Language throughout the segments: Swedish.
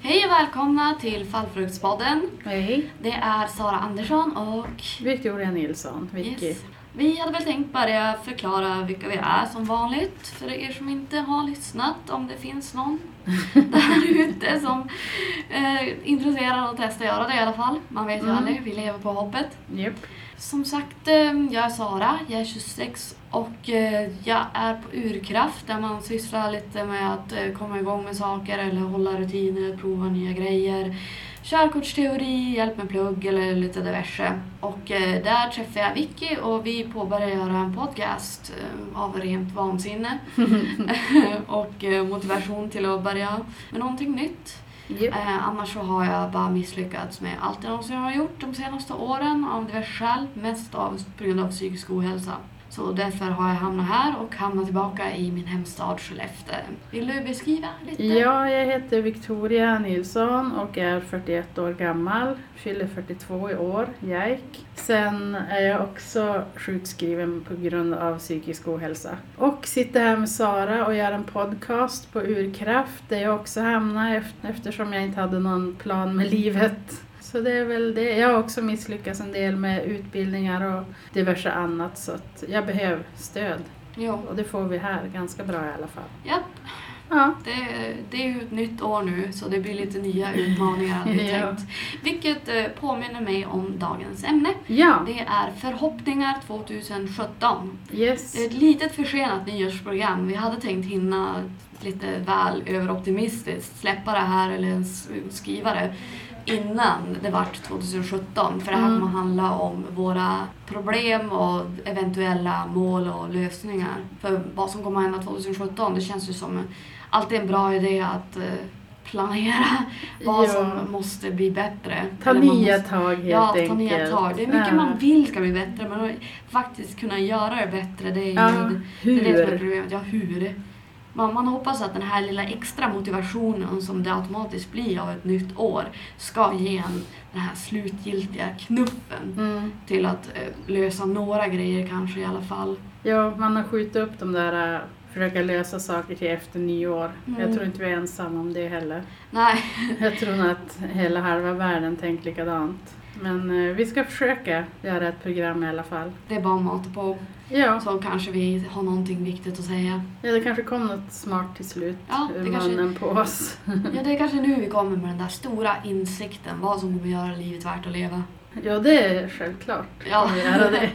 Hej och välkomna till Fallfruktspodden. Hej. Det är Sara Andersson och Victoria Nilsson. Vicky. Yes. Vi hade väl tänkt börja förklara vilka vi är som vanligt. För er som inte har lyssnat, om det finns någon där ute som är intresserad av att testa göra det i alla fall. Man vet ju aldrig, vi lever på hoppet. Yep. Som sagt, jag är Sara, jag är 26 och jag är på Urkraft där man sysslar lite med att komma igång med saker eller hålla rutiner, prova nya grejer. Körkortsteori, hjälp med plugg eller lite diverse. Och där träffar jag Vicky och vi påbörjar göra en podcast av rent vansinne. Och motivation till att börja med någonting nytt. Yep. Annars så har jag bara misslyckats med allt det som jag har gjort de senaste åren av diverse skäl, mest på grund av psykisk ohälsa. Så därför har jag hamnat här och hamnat tillbaka i min hemstad Skellefteå. Vill du beskriva lite? Ja, jag heter Victoria Nilsson och är 41 år gammal. Fyller 42 i år, Sen är jag också sjukskriven på grund av psykisk ohälsa. Och sitter här med Sara och gör en podcast på Urkraft där jag också hamnar eftersom jag inte hade någon plan med livet. Så det är väl det. Jag har också misslyckats en del med utbildningar och diverse annat så att jag behöver stöd. Jo. Och det får vi här ganska bra i alla fall. Japp. Ja. Det är ju ett nytt år nu så det blir lite nya utmaningar hade vi Ja. tänkt. Vilket påminner mig om dagens ämne. Ja. Det är förhoppningar 2017. Yes. Det är ett litet försenat nyårsprogram. Vi hade tänkt hinna lite väl överoptimistiskt släppa det här eller ens skriva det innan det vart 2017. För det här kommer handla om våra problem och eventuella mål och lösningar. För vad som kommer hända 2017, det känns ju som alltid en bra idé att planera vad som måste bli bättre. Ta nya tag helt enkelt. Ja, ta nya tag. Det är mycket man vill ska bli bättre, men att faktiskt kunna göra det bättre, det är ju det som är problemet. Ja, hur? Man hoppas att den här lilla extra motivationen som det automatiskt blir av ett nytt år ska ge den här slutgiltiga knuffen till att lösa några grejer kanske i alla fall. Ja, man har skjutit upp de där försöka lösa saker till efter nyår. Jag tror inte vi är ensamma om det heller. Nej. Jag tror att hela halva världen tänker likadant. Men vi ska försöka göra ett program i alla fall. Det är bara att mata på. Ja. Så kanske vi har någonting viktigt att säga. Ja, det kanske kommer något smart till slut ur kanske, munnen på oss. Ja, det är kanske nu vi kommer med den där stora insikten. Vad som kommer göra livet värt att leva. Ja, det är självklart. Ja. Göra det.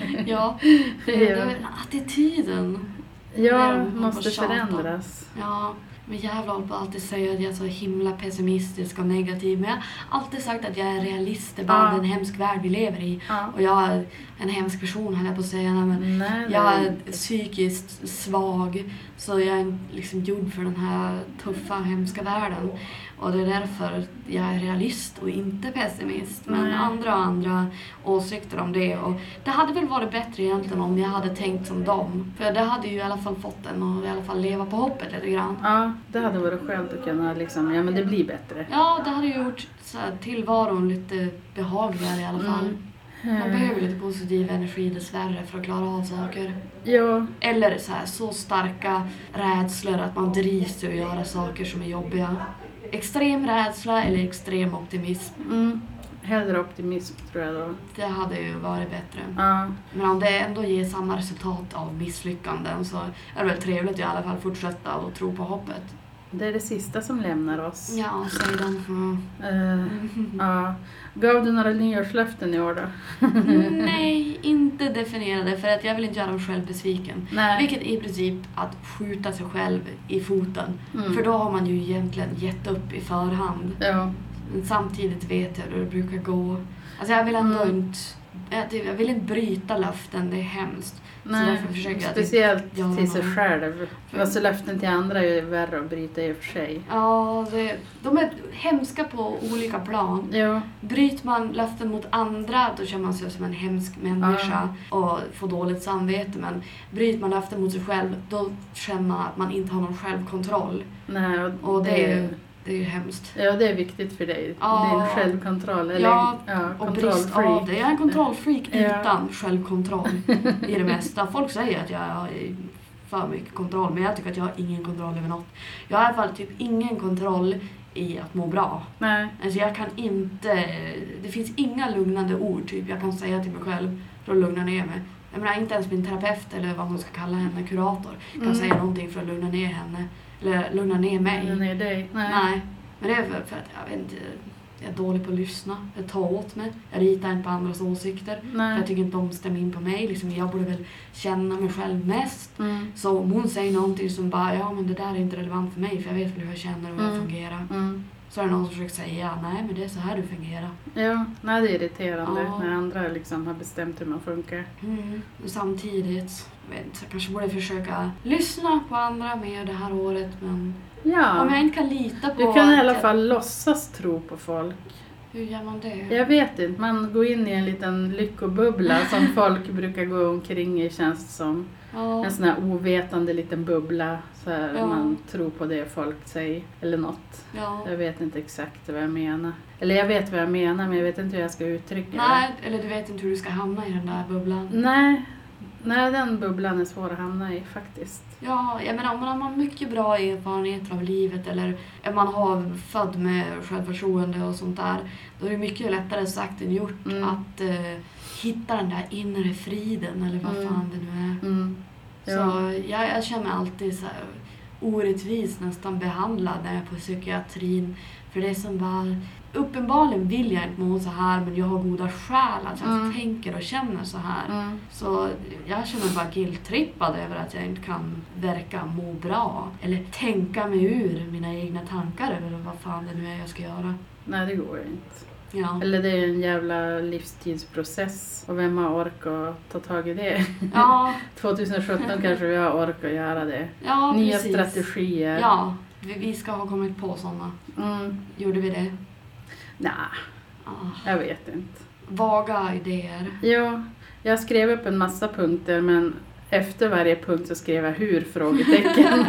Ja, det är attityden. Ja, måste förändras. Ja, men jävlar håller på att alltid säga att jag är så himla pessimistisk och negativ. Men jag har alltid sagt att jag är realist. Det är bara en hemsk värld vi lever i. Ja. Och jag är en hemsk person, höll jag på att säga. Men jag är psykiskt svag. Så jag är liksom gjord för den här tuffa, hemska världen. Och det är därför jag är realist och inte pessimist. Men andra åsikter om det. Och det hade väl varit bättre egentligen om jag hade tänkt som dem. För det hade ju i alla fall fått en att i alla fall leva på hoppet lite grann. Ja, det hade varit skönt att kunna liksom, men det blir bättre. Ja, det hade ju gjort så här, tillvaron lite behagligare i alla fall. Man behöver lite positiv energi dessvärre för att klara av saker. Ja. Eller så starka rädslor att man drivs till att göra saker som är jobbiga. Extrem rädsla eller extrem optimism. Hellre optimism tror jag då. Det hade ju varit bättre. Ja. Men om det ändå ger samma resultat av misslyckanden så är det väl trevligt att i alla fall fortsätta och tro på hoppet. Det är det sista som lämnar oss. Ja, säger de. Ja. Gav du några nyårslöften i år då? Nej, inte definierade för att jag vill inte göra dem själv besviken. Nej. Vilket är i princip att skjuta sig själv i foten. För då har man ju egentligen gett upp i förhand. Ja. Men samtidigt vet jag hur det brukar gå. Alltså jag vill ändå inte... Jag vill inte bryta löften, det är hemskt. Nej, så därför försöker jag speciellt till sig själv. Alltså löften till andra är ju värre att bryta i och för sig. Ja, de är hemska på olika plan. Ja. Bryter man löften mot andra, då känner man sig som en hemsk människa och får dåligt samvete. Men bryter man löften mot sig själv, då känner man att man inte har någon självkontroll. Nej, och det är ju hemskt. Ja, det är viktigt för dig. Din självkontroll. Eller, och brist av det. Jag är en kontrollfreak utan självkontroll i det mesta. Folk säger att jag är för mycket kontroll. Men jag tycker att jag har ingen kontroll över något. Jag har i alla fall typ ingen kontroll i att må bra. Nej. Alltså jag kan inte... Det finns inga lugnande ord typ jag kan säga till mig själv för att lugna ner mig. Jag menar inte ens min terapeut eller vad man ska kalla henne, kurator, kan säga någonting för att lugna ner henne. Eller lugna ner mig. Lugna ner dig. Nej. Men det är för att jag vet inte... Jag är dålig på att lyssna. Jag tar åt mig. Jag litar inte på andras åsikter. För jag tycker inte de stämmer in på mig. Liksom, jag borde väl känna mig själv mest. Så om hon säger någonting som bara, ja men det där är inte relevant för mig. För jag vet väl hur jag känner och hur jag fungerar. Så är det någon som försöker säga, nej men det är så här du fungerar. Ja, nej, det är irriterande när andra liksom har bestämt hur man funkar. Och samtidigt, jag kanske borde försöka lyssna på andra mer det här året. Men ja, om jag inte kan lita på... Du kan i alla fall låtsas tro på folk. Hur gör man det? Jag vet inte, man går in i en liten lyckobubbla som folk brukar gå omkring i, känns det som. Ja. En sån här ovetande liten bubbla så här, man tror på det folk säger eller något. Ja. Jag vet inte exakt vad jag menar. Eller jag vet vad jag menar men jag vet inte hur jag ska uttrycka det. Nej, eller du vet inte hur du ska hamna i den där bubblan. Nej, den bubblan är svår att hamna i faktiskt. Ja, jag menar om man har mycket bra erfarenheter av livet eller man har född med självförtroende och sånt där, då är det mycket lättare sagt än gjort att hitta den där inre friden eller vad fan det nu är. Så jag känner mig alltid så här orättvis nästan behandlad när jag är på psykiatrin. För det är som bara, uppenbarligen vill jag inte må så här men jag har goda skäl att jag tänker och känner så här. Så jag känner mig bara guilt-trippad över att jag inte kan verka må bra. Eller tänka mig ur mina egna tankar över vad fan det nu är jag ska göra. Nej, det går inte. Ja. Eller det är en jävla livstidsprocess. Och vem har ork att ta tag i det? Ja. 2017 kanske vi har ork att göra det. Ja, nya precis. Strategier. Ja, vi ska ha kommit på sådana. Gjorde vi det? Nej, jag vet inte. Vaga idéer. Ja, jag skrev upp en massa punkter men efter varje punkt så skrev jag hur frågetecken.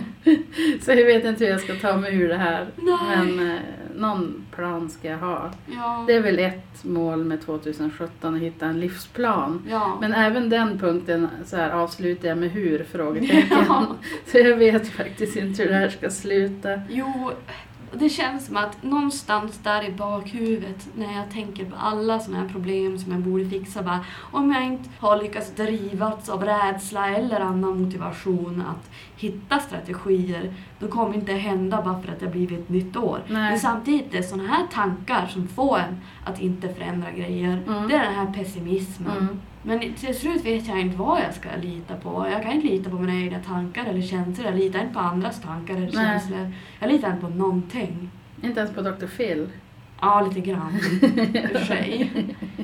Så jag vet inte hur jag ska ta mig ur det här. Nej. Men någon plan ska jag ha. Ja. Det är väl ett mål med 2017 att hitta en livsplan. Ja. Men även den punkten så här avslutar jag med hur frågetecken. Ja. Så jag vet faktiskt inte hur det här ska sluta. Jo, det känns som att någonstans där i bakhuvudet när jag tänker på alla såna här problem som jag borde fixa, bara, om jag inte har lyckats drivas av rädsla eller annan motivation att hitta strategier, då kommer inte hända bara för att det har blivit ett nytt år. Nej. Men samtidigt är såna här tankar som får en att inte förändra grejer. Det är den här pessimismen. Men till slut vet jag inte vad jag ska lita på. Jag kan inte lita på mina egna tankar eller känslor. Jag litar inte på andras tankar eller känslor. Jag litar inte på någonting. Inte ens på Dr. Phil? Ja, lite grann. För sig.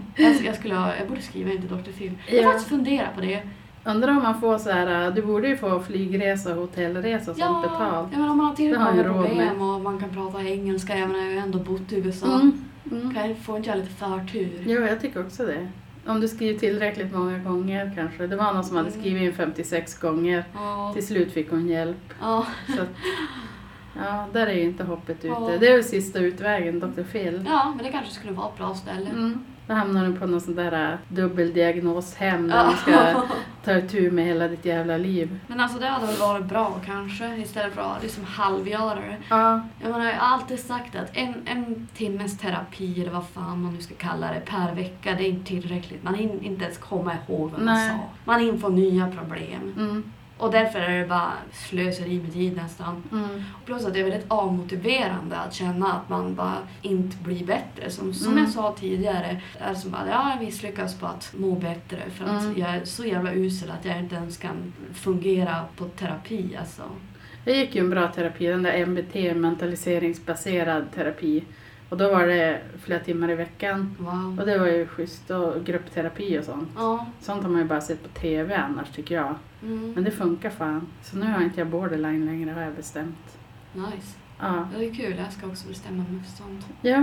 Jag borde skriva in till Dr. Phil. Jag har faktiskt funderat på det. Undrar om man får så här, du borde ju få flygresa och hotellresa och sånt betalt. Ja, men om man har tillräckligt många problem och man kan prata engelska. Jag menar, jag har ju ändå bott i USA. Får inte jag lite förtur? Jo, jag tycker också det. Om du skriver tillräckligt många gånger kanske. Det var någon som hade skrivit in 56 gånger. Till slut fick hon hjälp. Så att, ja, där är ju inte hoppet ute. Det är ju sista utvägen, Dr. Phil. Ja, men det kanske skulle vara ett bra ställe. Då hamnar du på någon sån där dubbeldiagnoshem där du ska ta itu med hela ditt jävla liv. Men alltså det hade väl varit bra kanske, istället för att liksom halvgöra det. Ja. Jag menar, jag har alltid sagt att en timmes terapi, eller vad fan man nu ska kalla det, per vecka, det är inte tillräckligt. Man inte ens kommer ihåg vad man sa. Man inför nya problem. Och därför är det bara slöseri med tid nästan. Plus att det är väldigt avmotiverande att känna att man bara inte blir bättre. Som jag sa tidigare, är som bara, jag misslyckas på att må bättre. För att jag är så jävla usel att jag inte ens kan fungera på terapi. Alltså. Jag gick ju en bra terapi, den där MBT, mentaliseringsbaserad terapi. Och då var det flera timmar i veckan. Wow. Och det var ju schysst, och gruppterapi och sånt. Ja. Sånt har man ju bara sett på tv annars, tycker jag. Men det funkar fan. Så nu har inte jag borderline längre, har jag bestämt. Nice. Ja. Det är kul, jag ska också bestämma mig för sånt. Ja.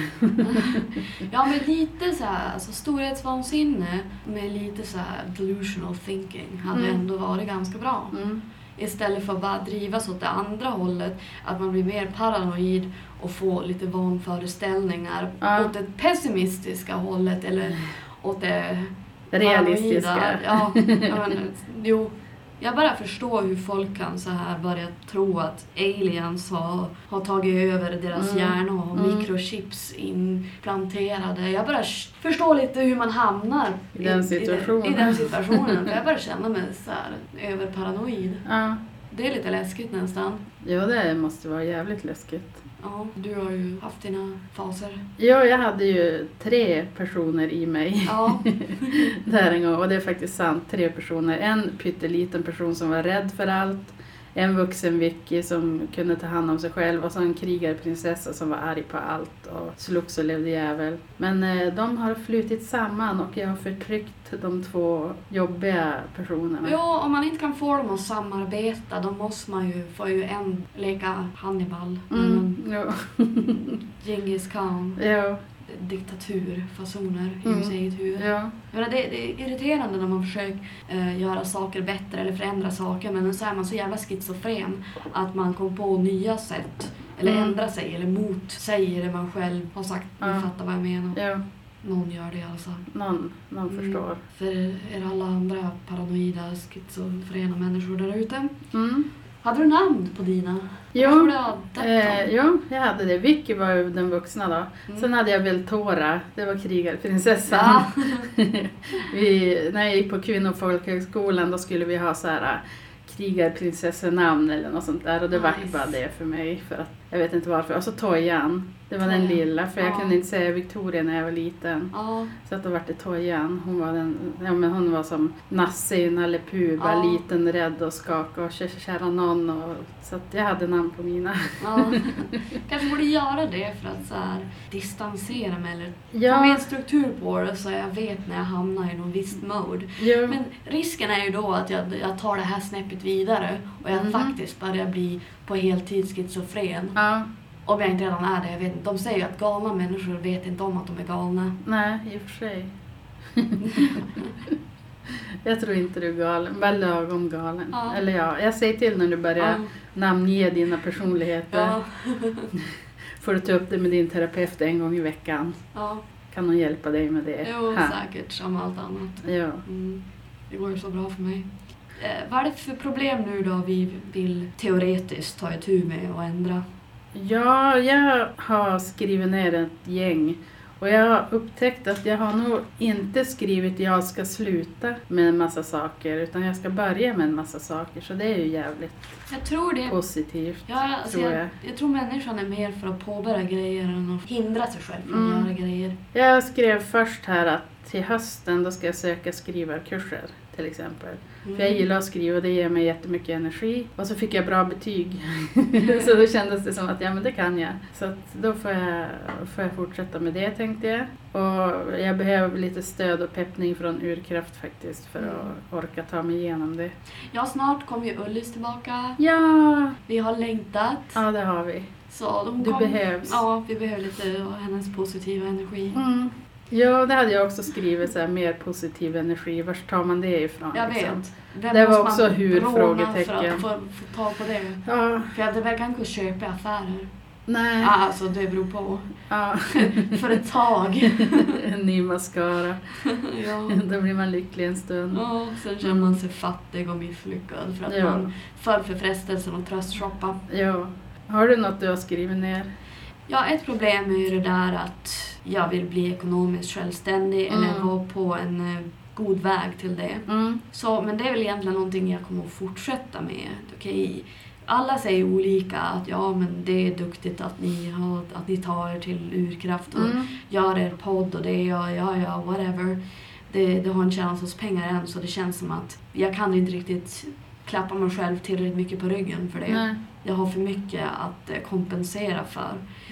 Ja, men lite så här, alltså storhetsvansinne med lite så här delusional thinking hade ändå varit ganska bra. Istället för att bara drivas åt det andra hållet, att man blir mer paranoid och får lite vanföreställningar åt det pessimistiska hållet eller åt det realistiska. Ja, men, jo. Jag bara förstår hur folk kan så här börja tro att aliens har tagit över deras hjärna och mikrochips implanterade. Jag bara förstår lite hur man hamnar i den situationen. För jag bara känner mig så här överparanoid. Ja. Det är lite läskigt nästan. Ja, det måste vara jävligt läskigt. Ja, du har ju haft dina faser. Ja, jag hade ju 3 personer i mig. Ja. Där en gång. Och det är faktiskt sant, 3 personer. En pytteliten person som var rädd för allt. En vuxen Vicky som kunde ta hand om sig själv. Och så en krigarprinsessa som var arg på allt. Och slogs och levde jävel. Men de har flutit samman och jag har förtryckt de 2 jobbiga personerna. Ja, om man inte kan få dem att samarbeta då måste man ju få en leka Hannibal. Ja. Genghis Khan. Ja. Diktaturfasoner i sig sitt huvud. Ja. Det är irriterande när man försöker göra saker bättre eller förändra saker, men så är man så jävla schizofren att man kommer på nya sätt eller ändra sig eller motsäger det man själv har sagt. Ni fattar vad jag menar. Ja. Någon gör det alltså. Någon förstår. För er alla andra paranoida, schizofrena människor där ute. Hade du namn på dina? Ja, jag hade det. Vicky var ju den vuxna då. Sen hade jag Veltora, det var krigarprinsessan. Ja. När jag gick på kvinnofolkhögskolan då skulle vi ha så här krigarprinsessenamn eller något sånt där. Och det var bara det för mig. För att, jag vet inte varför. Och så Tojan. Det var den lilla. För jag kunde inte säga Victoria när jag var liten. Så att då var det Tojan. Hon var som Nasse i Nalle Puh. Bara liten, rädd och skaka och kära någon. Så att jag hade namn på mina. Kanske borde göra det för att så här, distansera mig. Eller få mer struktur på det så jag vet när jag hamnar i någon visst mode. Ja. Men risken är ju då att jag tar det här snäppet vidare. Och jag faktiskt börjar bli på heltid schizofren. Om jag inte redan är det, jag vet inte. De säger ju att galna människor vet inte om att de är galna. Nej, i och för sig. Jag tror inte du är galen, bara lagom galen. Eller jag säger till när du börjar namnge dina personligheter. Får du ta upp det med din terapeut en gång i veckan. Kan hon hjälpa dig med det? Jo, säkert som allt annat. Ja. Det går ju så bra för mig. Vad är det för problem nu då vi vill teoretiskt ta itu med och ändra? Ja, jag har skrivit ner ett gäng. Och jag har upptäckt att jag har nog inte skrivit att jag ska sluta med en massa saker. Utan jag ska börja med en massa saker. Så det är ju jävligt positivt. Ja, alltså jag tror människan är mer för att påbörja grejer än att hindra sig själv från att göra grejer. Jag skrev först här att till hösten då ska jag söka skrivarkurser till exempel. För jag gillar att skriva och det ger mig jättemycket energi. Och så fick jag bra betyg. Så då kändes det som att men det kan jag. Så att då får jag fortsätta med det tänkte jag. Och jag behöver lite stöd och peppning från Urkraft faktiskt för att orka ta mig igenom det. Ja, snart kommer ju Ullis tillbaka. Ja! Vi har längtat. Ja, det har vi. Så behövs. Ja, vi behöver lite av hennes positiva energi. Ja, det hade jag också skrivit så här, mer positiv energi. Var tar man det ifrån? Jag liksom? vet. Det var också hur frågetecken. För att få tag på det. Ja. För det verkar inte köpa affärer. Nej. Alltså det beror på. Ja. För ett tag. En ny mascara. Ja. Då blir man lycklig en stund. Ja, sen känner man sig fattig och misslyckad. För att man föll för frestelsen att tröstshoppa. Ja. Har du något du har skrivit ner? Ja, ett problem är ju det där att jag vill bli ekonomiskt självständig eller vara på en god väg till det. Så, men det är väl egentligen någonting jag kommer att fortsätta med. Okej, alla säger olika att men det är duktigt att ni tar er till Urkraft och gör er podd och det och whatever. Det har inte tjänat oss pengar än så det känns som att jag kan inte riktigt klappa mig själv tillräckligt mycket på ryggen för det. Nej. Jag har för mycket att kompensera för.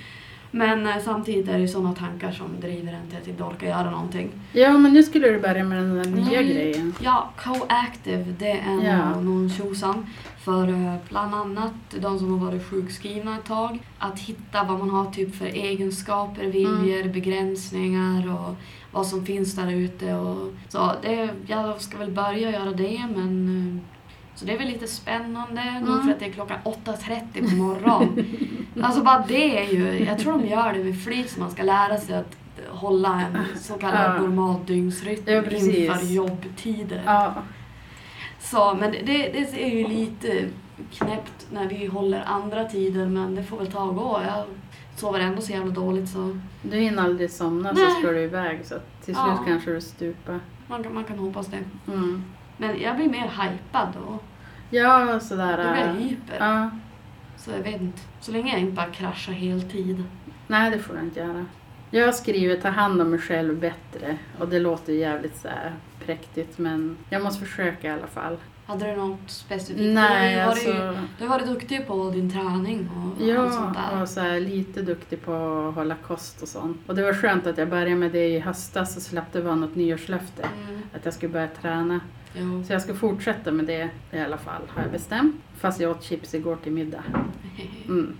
Men samtidigt är det sådana tankar som driver en till att inte orka göra någonting. Ja, men nu skulle du börja med den där nya grejen. Ja, Coactive, det är någon tjosan för bland annat de som har varit sjukskrivna ett tag. Att hitta vad man har typ för egenskaper, viljor, begränsningar och vad som finns där ute. Så jag ska väl börja göra det, men... Så det är väl lite spännande, nog för att det är klockan 8:30 på morgonen. Alltså bara det är ju, jag tror de gör det med flit så man ska lära sig att hålla en så kallad normal dygnsrytm inför jobbtider. Så, men det är ju lite knäppt när vi håller andra tider, men det får väl ta och gå. Jag sover ändå så jävla dåligt så... Du hinner aldrig somna. Nej. Så ska du iväg så till slut kanske du stupar. Man kan hoppas det. Mm. Men jag blir mer hypad då. Ja, sådär. Då blir jag hyper. Ja. Så jag vet inte. Så länge jag inte bara kraschar heltid. Nej, det får du inte göra. Jag har skrivit ta hand om mig själv bättre. Och det låter jävligt så här präktigt, men jag måste försöka i alla fall. Hade du något specifikt? Nej, du har varit duktig på din träning och allt sånt där. Ja, och så här, lite duktig på att hålla kost och sånt. Och det var skönt att jag började med det i höstas och släppte vara något nyårslöfte. Att jag skulle börja träna. Jo. Så jag ska fortsätta med det i alla fall, har jag bestämt. Fast jag åt chips igår till middag. Mm.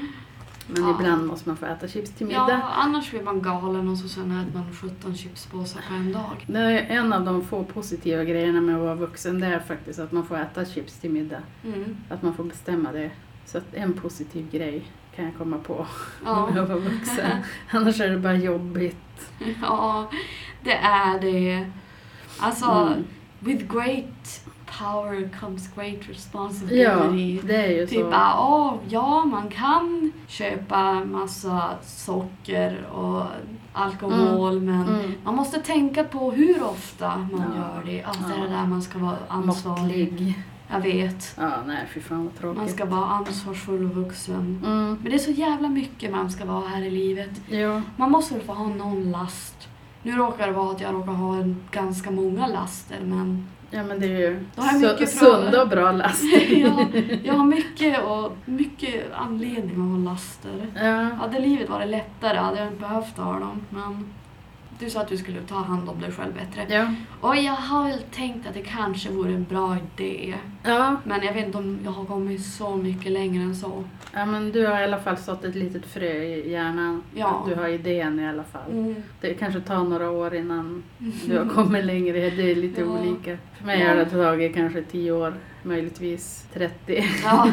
Men ibland måste man få äta chips till middag. Ja, annars blir man galen och så sen äter man 17 chipspåsar på en dag. Det är en av de få positiva grejerna med att vara vuxen. Det är faktiskt att man får äta chips till middag. Att man får bestämma det. Så att en positiv grej kan jag komma på med att vara vuxen. Annars är det bara jobbigt. Ja, det är det. Alltså, with great power comes great responsibility. Ja, det är ju typ så. Man kan köpa massa socker och alkohol, men man måste tänka på hur ofta man gör det. Alltså det där man ska vara ansvarig. Måttlig. Jag vet. Ja, nej, fy fan vad tråkigt. Man ska vara ansvarsfull och vuxen. Men det är så jävla mycket man ska vara här i livet. Ja. Man måste väl få ha någon last. Nu råkar det vara att jag råkar ha ganska många laster, men... Ja, men det är ju sunda och bra laster. Jag har mycket anledning att ha laster. Ja. Hade livet varit lättare hade jag inte behövt ha dem, men... Du sa att du skulle ta hand om dig själv bättre. Ja. Och jag har väl tänkt att det kanske vore en bra idé. Ja. Men jag vet inte om jag har kommit så mycket längre än så. Ja, men du har i alla fall sått ett litet frö i hjärnan. Ja. Du har idén i alla fall. Det kanske tar några år innan du har kommit längre. Det är lite olika. För mig har det tagit kanske 10 år. Möjligtvis 30. Ja.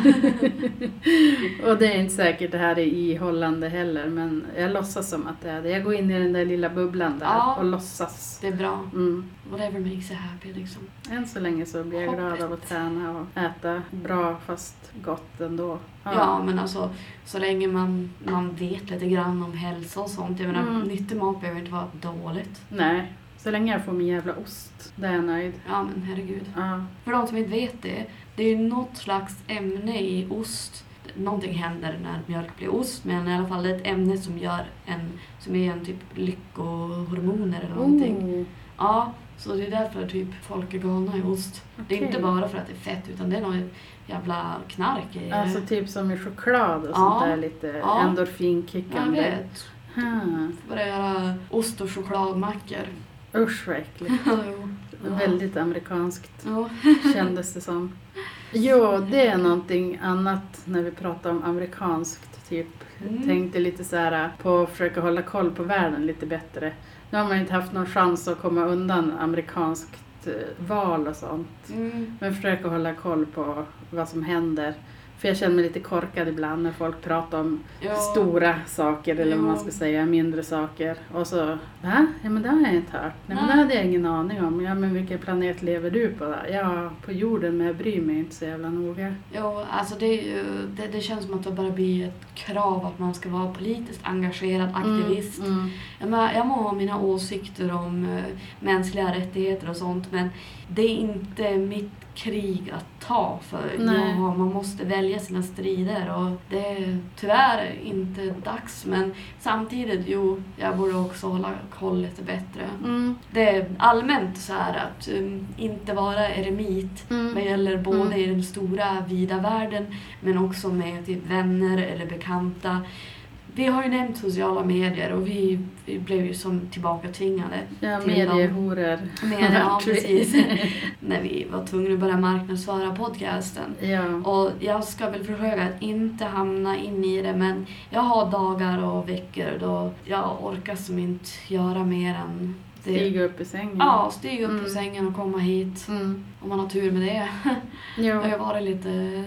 Och det är inte säkert det här är ihållande heller. Men jag låtsas som att det är det. Jag går in i den där lilla bubblan där och låtsas. Det är bra. Whatever makes you happy liksom. Än så länge så blir jag glad av att träna och äta bra fast gott ändå. Ja, men alltså så länge man vet lite grann om hälsa och sånt. Jag menar, nyttig mat behöver inte vara dåligt. Nej. Så länge jag får min jävla ost, där är jag nöjd. Ja, men herregud. För de som inte vet det är ju något slags ämne i ost. Någonting händer när mjölk blir ost, men i alla fall det är ett ämne som gör som är en typ lyckohormoner eller någonting. Ja, så det är därför typ folk är galna i ost. Okay. Det är inte bara för att det är fett, utan det är något jävla knark i. Alltså typ som i choklad och sånt där lite endorfinkickande. Jag vet. Börja göra ost- och chokladmackor. Usch, verkligen. Väldigt amerikanskt kändes det som. Jo, det är någonting annat när vi pratar om amerikanskt. Typ. Tänkte lite så här på att försöka hålla koll på världen lite bättre. Nu har man inte haft någon chans att komma undan amerikanskt val och sånt. Men försöka hålla koll på vad som händer. För jag känner mig lite korkad ibland när folk pratar om stora saker eller vad man ska säga, mindre saker. Och så, va? Ja, men det har jag inte hört. Nej, men det hade jag ingen aning om. Ja, men vilken planet lever du på då? Ja, på jorden, men jag bryr mig inte så jävla noga. Jo, alltså det känns som att det bara blir ett krav att man ska vara politiskt engagerad aktivist. Jag må ha mina åsikter om mänskliga rättigheter och sånt, men det är inte mitt krig att ta för man måste välja sina strider och det är tyvärr inte dags, men samtidigt jag borde också hålla koll lite bättre. Det är allmänt så här att inte vara eremit vad gäller både i den stora vida världen men också med typ vänner eller bekanta. Vi har ju nämnt sociala medier och vi blev ju som tillbaka tvingade. Ja, mediehorer. Ja, precis. När vi var tvungna att börja marknadsföra podcasten. Ja. Och jag ska väl försöka att inte hamna in i det, men jag har dagar och veckor då jag orkar som inte göra mer än det. Stiga upp i sängen. Ja, stiga upp i sängen och komma hit. Om man har tur med det. Ja. Det har varit lite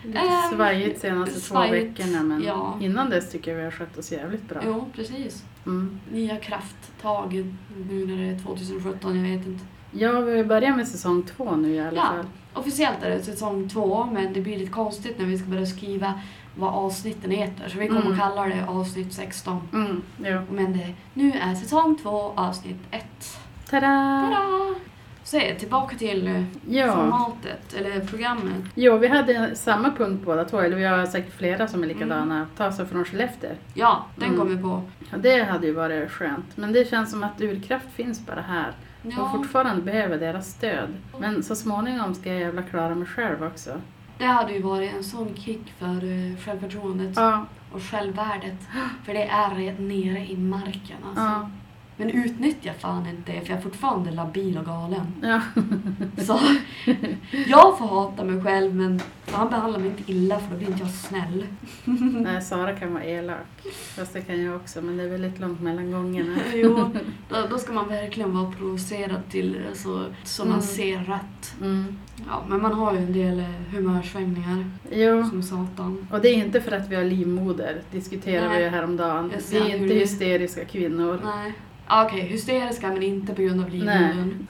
svajigt senaste 2 veckorna, men innan dess tycker jag vi har skött oss jävligt bra. Jo, precis. Nya krafttag nu när det är 2017, jag vet inte. Ja, vi börjar med säsong 2 nu i alla fall. Officiellt är det säsong 2, men det blir lite konstigt när vi ska börja skriva vad avsnitten heter. Så vi kommer att kalla det avsnitt 16. Ja. Men nu är säsong 2, avsnitt 1. Tada! Tada! Så tillbaka till formatet, eller programmet. Jo, vi hade samma punkt båda två, eller vi har säkert flera som är likadana. Ta sig från Skellefteå. Ja, den kommer på. Ja, det hade ju varit skönt. Men det känns som att urkraft finns bara här. Och fortfarande behöver deras stöd. Men så småningom ska jag jävla klara mig själv också. Det hade ju varit en sån kick för självförtroendet och självvärdet. För det är nere i marken alltså. Ja. Men utnyttjar fan inte det, för jag är fortfarande labil och galen. Ja. Så jag får hata mig själv, men han behandlar mig inte illa, för då blir inte jag snäll. Nej, Sara kan vara elak. Fast det kan jag också, men det är väldigt långt mellan gångerna. Jo, då ska man verkligen vara provocerad till så man ser rätt. Ja, men man har ju en del humörsvängningar som satan. Och det är inte för att vi har livmoder, diskuterar vi ju häromdagen. Vi är inte hysteriska kvinnor. Nej. Okej, hysteriska men inte på grund av livmodern.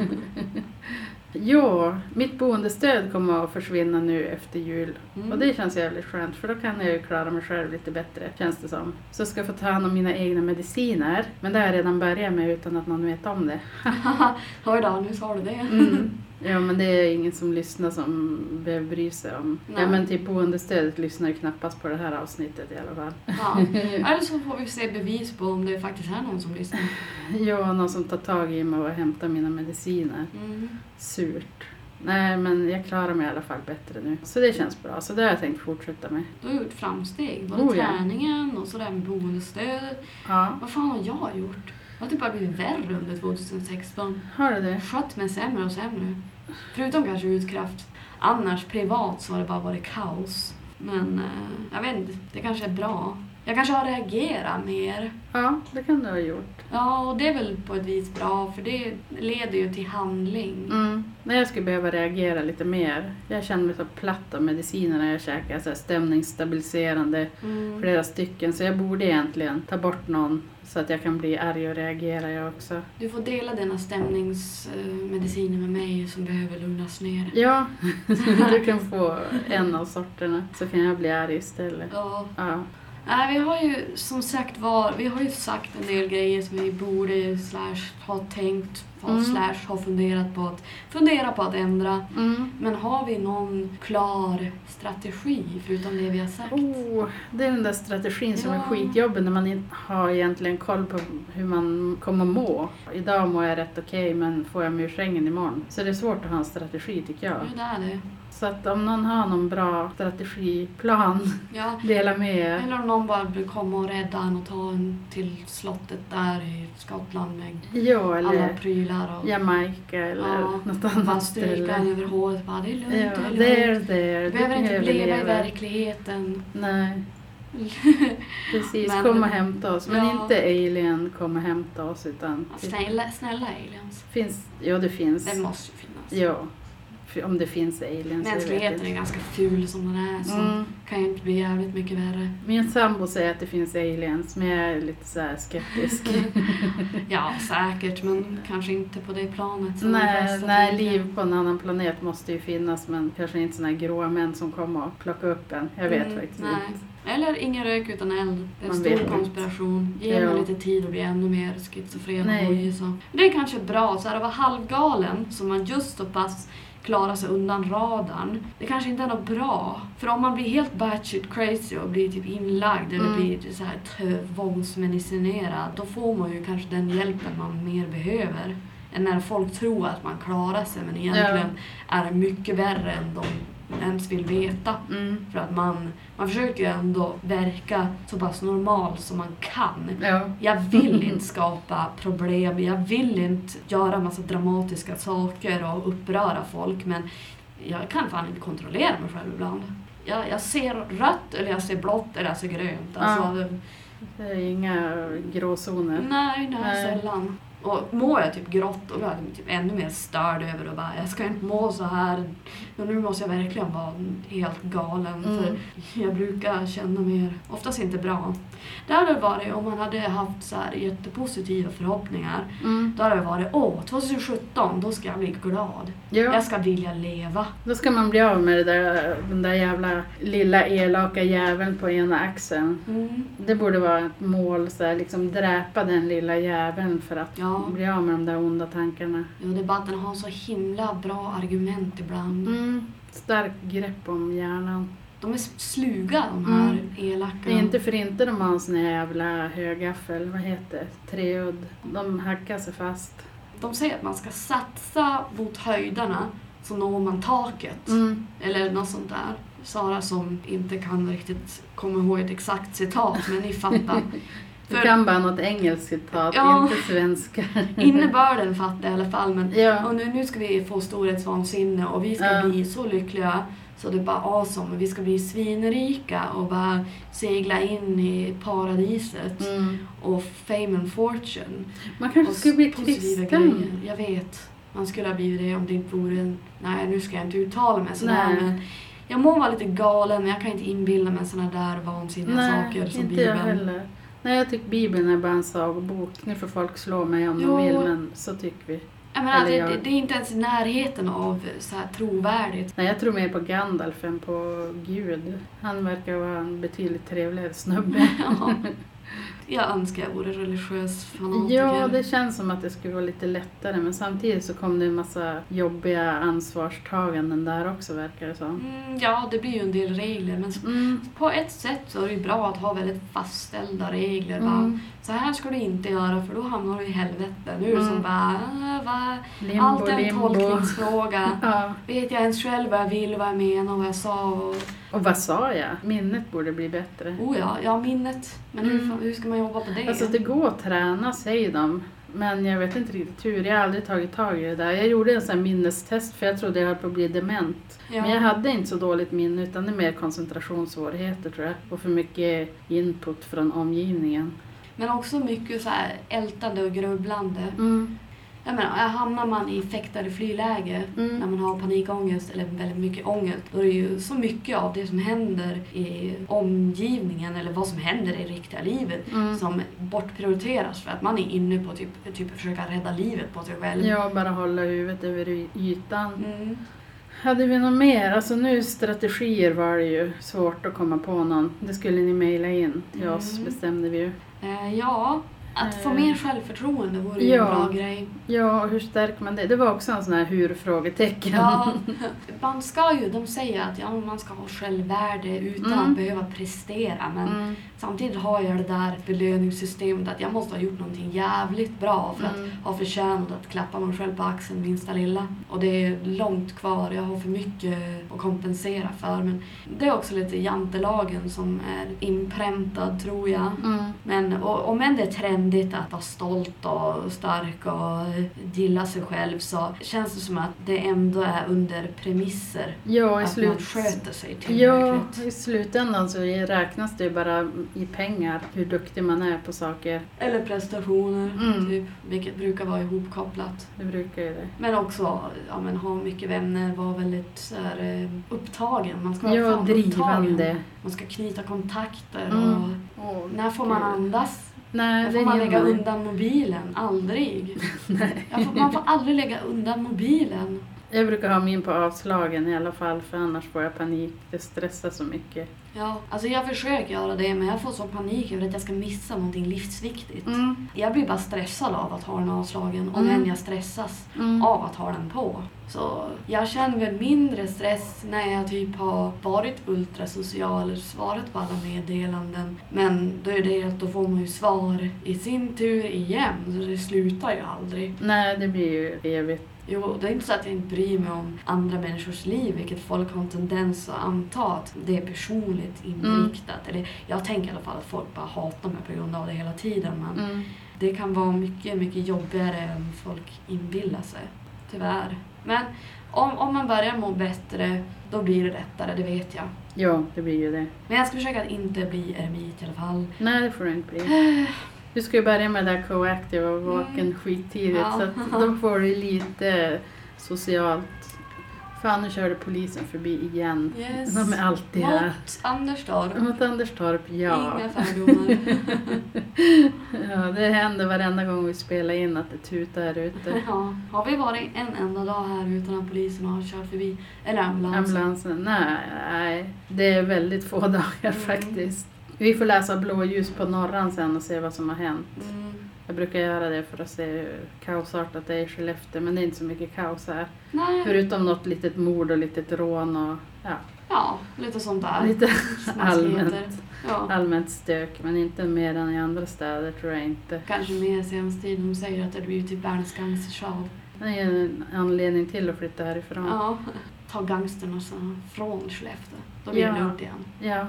Jo, mitt boendestöd kommer att försvinna nu efter jul. Och det känns jävligt skönt, för då kan jag ju klara mig själv lite bättre, känns det som. Så ska jag få ta hand om mina egna mediciner. Men det har jag redan börjat med utan att någon vet om det. Oj då, nu sa du det. Ja, men det är ingen som lyssnar som behöver bry sig om. Nej. Ja, men typ boendestödet lyssnar ju knappast på det här avsnittet i alla fall. Ja, eller så får vi se bevis på om det faktiskt är någon som lyssnar. Ja, någon som tar tag i mig och hämtar mina mediciner. Surt. Nej, men jag klarar mig i alla fall bättre nu. Så det känns bra, så det har jag tänkt fortsätta med. Du har gjort framsteg, både träningen och sådär med boendestödet. Ja. Vad fan har jag gjort? Jag har typ bara blivit värre under 2016. Har du det? Skött mig sämre och sämre. Förutom kanske utkraft. Annars privat så har det bara varit kaos. Men jag vet inte, det kanske är bra. Jag kanske har reagerat mer. Ja, det kan du ha gjort. Ja, och det är väl på ett vis bra, för det leder ju till handling. Nej, jag skulle behöva reagera lite mer. Jag känner mig så platt av medicinerna jag käkar, så här stämningsstabiliserande flera stycken. Så jag borde egentligen ta bort någon så att jag kan bli arg och reagera jag också. Du får dela dina stämningsmediciner med mig som behöver lugnas ner. Ja, du kan få en av sorterna så kan jag bli arg istället. Ja. Vi har ju som sagt vi har ju sagt en del grejer som vi borde ha tänkt ha funderat på att ändra. Men har vi någon klar strategi förutom det vi har sagt? Det är den där strategin som är skitjobbig när man inte har egentligen koll på hur man kommer må. Idag mår jag rätt okej, men får jag mig ur sängen imorgon. Så det är svårt att ha en strategi, tycker jag. Ja, det är det. Så att om någon har någon bra strategiplan, dela med er. Eller om någon bara vill komma och rädda en och ta en till slottet där i Skottland med alla prylar. Och Jamaica eller något annat bara stryka en över håret. Bara, det är lugnt, det är lugnt. Du behöver inte leva i verkligheten. Nej. Precis, kom och hämta oss. Men inte alien kom och hämta oss. Utan snälla aliens. Det finns. Det måste ju finnas. Ja. Om det finns aliens. Mänskligheten är ganska ful som den är, så kan ju inte bli jävligt mycket värre. Min sambo säger att det finns aliens, men jag är lite så här skeptisk. Ja, säkert, men kanske inte på det planet. Nej, liv på en annan planet måste ju finnas, men kanske inte såna här gråa män som kommer och plockar upp en. Jag vet faktiskt inte. Eller ingen rök utan eld. Det är en stor konspiration. Ge mig lite tid och bli ännu mer schizofren. Det är kanske bra så här, att vara halvgalen som man just så pass klara sig undan radarn. Det kanske inte är något bra. För om man blir helt batshit crazy och blir typ inlagd eller blir så här tvångsmedicinerad, då får man ju kanske den hjälpen man mer behöver. Än när folk tror att man klarar sig, men egentligen är det mycket värre än de ens vill veta. För att man försöker ju ändå verka så pass normal som man kan. Jag vill inte skapa problem, jag vill inte göra massa dramatiska saker och uppröra folk, men jag kan fan inte kontrollera mig själv ibland. Jag ser rött eller jag ser blått eller jag ser grönt. Alltså, det är inga gråzoner. Nej, sällan. Och mår jag typ grått och då är jag typ ännu mer störd över och bara, jag ska inte må så här. Och nu måste jag verkligen vara helt galen för jag brukar känna mer, oftast inte bra. Det hade varit om man hade haft så här jättepositiva förhoppningar. Då hade det varit, 2017, då ska jag bli glad. Ja. Jag ska vilja leva. Då ska man bli av med den där jävla lilla elaka jäveln på ena axeln. Det borde vara ett mål, så här, liksom dräpa den lilla jäveln för att bli av med de där onda tankarna. Ja, debatten har så himla bra argument ibland. Stark grepp om hjärnan. De är sluga, de här elaka. Det är inte för inte de har en sån här jävla högaffel, vad heter det? Treudd. De hackar sig fast. De säger att man ska satsa mot höjderna så når man taket. Eller något sånt där. Sara som inte kan riktigt komma ihåg ett exakt citat, men ni fattar. Du kan bara något engelskt citat, inte svenska. Innebörden fattar jag i alla fall. Men, och nu ska vi få storhetsvansinne och vi ska bli så lyckliga. Så det är bara awesome. Vi ska bli svinrika och bara segla in i paradiset. Och fame and fortune. Man kanske skulle bli kristen. Jag vet. Man skulle ha blivit det om det inte vore... Nej, nu ska jag inte uttala mig sådär. Men jag må vara lite galen, men jag kan inte inbilda mig sådana där vansinniga saker som inte Bibeln. Jag heller. Nej, jag tycker Bibeln är bara en sagobok. Nu får folk slå mig om de vill, men så tycker vi. Jag menar, det är inte ens i närheten av så här trovärdigt. Nej, jag tror mer på Gandalf än på Gud. Han verkar vara en betydligt trevligare snubbe. Jag önskar jag vore religiös fanatiker. Ja, det känns som att det skulle vara lite lättare. Men samtidigt så kom det en massa jobbiga ansvarstaganden där också, verkar det som. Ja, det blir ju en del regler. Men på ett sätt så är det bra att ha väldigt fastställda regler. Bara, så här ska du inte göra för då hamnar du i helvete. Nu är det som bara, allt är en tolkningsfråga. Vet jag ens själv vad jag vill, vad jag menar, vad jag sa. Och vad sa jag? Minnet borde bli bättre. Ja, minnet. Men hur ska man jobba på det? Alltså det går att träna, säger de. Men jag vet inte riktigt hur. Jag har aldrig tagit tag i det där. Jag gjorde en sån här minnestest för jag trodde jag höll på att bli dement. Men jag hade inte så dåligt minne utan det är mer koncentrationssvårigheter, tror jag. Och för mycket input från omgivningen. Men också mycket så här ältande och grubblande. Jag menar, hamnar man i fäktare flyläge när man har panikångest eller väldigt mycket ångest, då är det ju så mycket av det som händer i omgivningen eller vad som händer i riktiga livet som bortprioriteras för att man är inne på typ försöka rädda livet på sig själv. Ja, bara hålla huvudet över ytan. Hade vi något mer? Alltså nu strategier var det ju svårt att komma på någon. Det skulle ni mejla in till oss, bestämde vi ju. Att få mer självförtroende vore ju en bra grej. Ja, hur stärker man det? Det var också en sån här hur-frågetecken. Ja, de säger att man ska ha självvärde utan att behöva prestera. Men samtidigt har jag det där belöningssystemet att jag måste ha gjort någonting jävligt bra för att ha förtjänat att klappa mig själv på axeln minsta lilla. Och det är långt kvar, jag har för mycket att kompensera för. Men det är också lite jantelagen som är inpräntad, tror jag. Men om det är trendigt att vara stolt och stark och gilla sig själv, så känns det som att det ändå är under premisser att man sköter sig tillräckligt. Ja, i slutändan så räknas det bara i pengar hur duktig man är på saker. Eller prestationer, typ, vilket brukar vara ihopkopplat. Det brukar ju det. Men också ha mycket vänner, vara väldigt så här, upptagen. Man ska vara drivande. Upptagen. Man ska knyta kontakter och när får man andas? Nej, får man lägga undan mobilen? Aldrig. Nej. Man får aldrig lägga undan mobilen. Jag brukar ha min på avslagen i alla fall, för annars får jag panik. Det stressar så mycket. Ja, alltså jag försöker göra det, men jag får så panik över att jag ska missa någonting livsviktigt. Jag blir bara stressad av att ha den avslagen, om än jag stressas av att ha den på. Så jag känner väl mindre stress när jag typ har varit ultrasocial, svarat på alla meddelanden. Men då är det att då får man ju svar i sin tur igen, så det slutar ju aldrig. Nej, det blir ju evigt. Jo, det är inte så att jag inte bryr mig om andra människors liv, vilket folk har en tendens att anta att det är personligt inriktat. Eller jag tänker i alla fall att folk bara hatar mig på grund av det hela tiden. Men det kan vara mycket, mycket jobbigare än folk inbillar sig, tyvärr. Men om man börjar må bättre, då blir det lättare, det vet jag. Ja, det blir ju det. Men jag ska försöka att inte bli eremit i alla fall. Nej, det får du inte bli. Du ska ju börja med det där coactive och vaken skittidigt så att då får du lite socialt. Fan, nu körde polisen förbi igen. Yes. De är alltid här. Mot Anderstorp. Mot Anderstorp, ja. Inga fördomar. Ja, det händer varenda gång vi spelar in att det tutar här ute. Ja. Har vi varit en enda dag här utan att polisen har kört förbi? Eller ambulansen? Nej, det är väldigt få dagar faktiskt. Vi får läsa blåljus på Norran sen och se vad som har hänt. Jag brukar göra det för att se hur kaosartat det är i Skellefteå, men det är inte så mycket kaos här. Nej. Förutom något litet mord och litet rån och ja, lite sånt där. Lite allmänt. Allmänt stök, men inte mer än i andra städer tror jag inte. Kanske mer senaste tiden. De säger att det blir typ världens gangsterstad. Det är en anledning till att flytta härifrån. Ja, ta gangsterna från Skellefteå. Då blir det lugnt igen. Ja.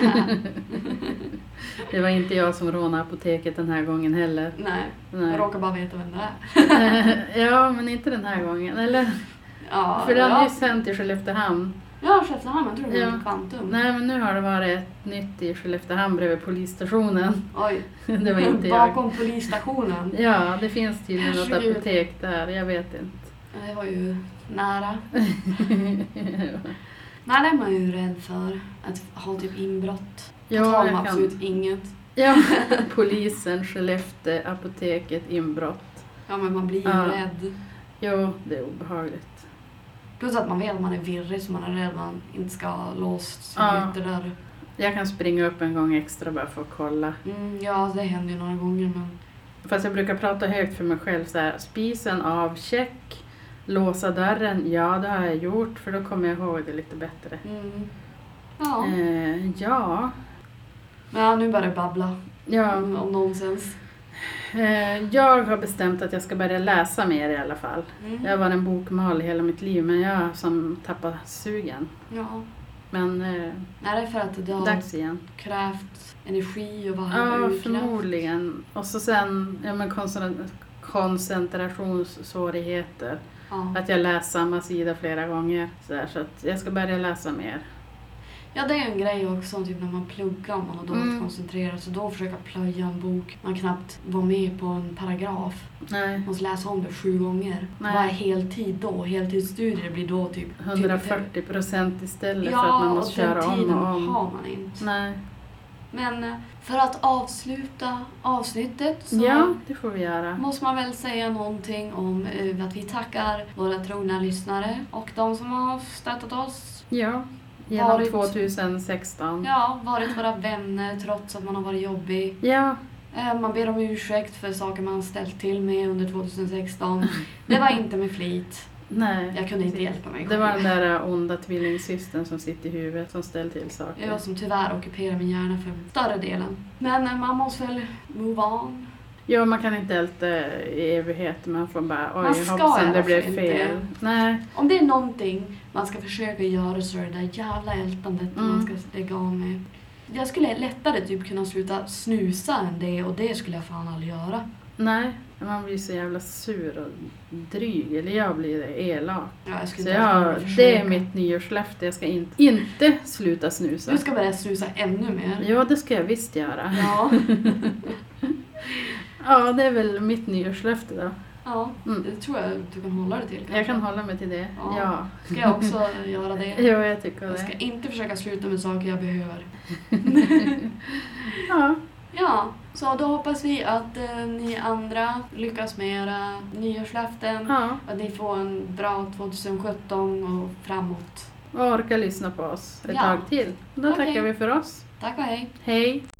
Det var inte jag som rånade apoteket den här gången heller. Nej. Jag råkar bara veta vem det är. Ja, men inte den här gången. Eller? Ja, för den är ju sänd till Skelleftehamn. Ja, Skelleftehamn. Jag tror det var Kvantum. Nej, men nu har det varit ett nytt i Skelleftehamn bredvid polisstationen. Oj. Det var inte bakom polisstationen. Ja, det finns tydligen något apotek där. Jag vet inte. Det var ju nära. Nej, det är man ju rädd för. Att ha typ inbrott. Ja, jag absolut inget. Ja, polisen, Skellefteå, apoteket, inbrott. Ja, men man blir ju rädd. Jo, det är obehagligt. Plus att man vet att man är virrig så man är rädd att man inte ska ha låst ytterdörr. Jag kan springa upp en gång extra bara för att kolla. Ja, det händer ju några gånger. Men... Fast jag brukar prata högt för mig själv så här. Spisen av, check. Låsa dörren, ja det har jag gjort för då kommer jag ihåg det lite bättre. Ja. Ja. Ja, nu börjar det babbla. Ja. Om nonsens. Jag har bestämt att jag ska börja läsa mer i alla fall. Jag har varit en bokmal i hela mitt liv men jag har som tappat sugen. Ja. Men är det för att det har krävt energi och vad ja, förmodligen. Och så sen koncentrationssvårigheter. Ja. Att jag läser samma sida flera gånger. Så att jag ska börja läsa mer. Ja, det är en grej också, typ när man pluggar och man har dåligt koncentrerat. Så då försöka plöja en bok. Man knappt var med på en paragraf. Nej. Man måste läsa om det 7 gånger. Vad är heltid då? Heltidsstudier blir då typ 140% istället för att man måste köra om och om. Har man inte. Nej. Men för att avsluta avsnittet så det får vi göra. Måste man väl säga någonting om att vi tackar våra trogna lyssnare och de som har stöttat oss. Ja, genom 2016. Ja, varit våra vänner trots att man har varit jobbig. Ja. Man ber om ursäkt för saker man ställt till med under 2016. Det var inte med flit. Nej. Jag kunde inte hjälpa mig. Det var den där onda tvillingsystern som sitter i huvudet som ställer till saker. Jag som tyvärr ockuperar min hjärna för större delen. Men man måste väl move on. Ja, man kan inte älta i evighet. Man får bara, hoppsan, det blev fel. Nej. Om det är någonting man ska försöka göra så är det där jävla ältandet man ska lägga av med. Jag skulle lättare typ kunna sluta snusa än det och det skulle jag fan aldrig göra. Nej, man blir så jävla sur och dryg. Eller jag blir elak. Ja, jag skulle så det är mitt nyårslöfte. Jag ska inte sluta snusa. Du ska börja snusa ännu mer. Ja, det ska jag visst göra. Ja. Ja, det är väl mitt nyårslöfte då. Ja, det tror jag du kan hålla dig till. Kanske. Jag kan hålla mig till det, ja. Ska jag också göra det? Ja, jag tycker det. Jag ska inte försöka sluta med saker jag behöver. Ja. Ja, så då hoppas vi att ni andra lyckas med era nyårslöften. Ja. Att ni får en bra 2017 och framåt. Och orka lyssna på oss ett tag till. Då tackar vi för oss. Tack och hej. Hej.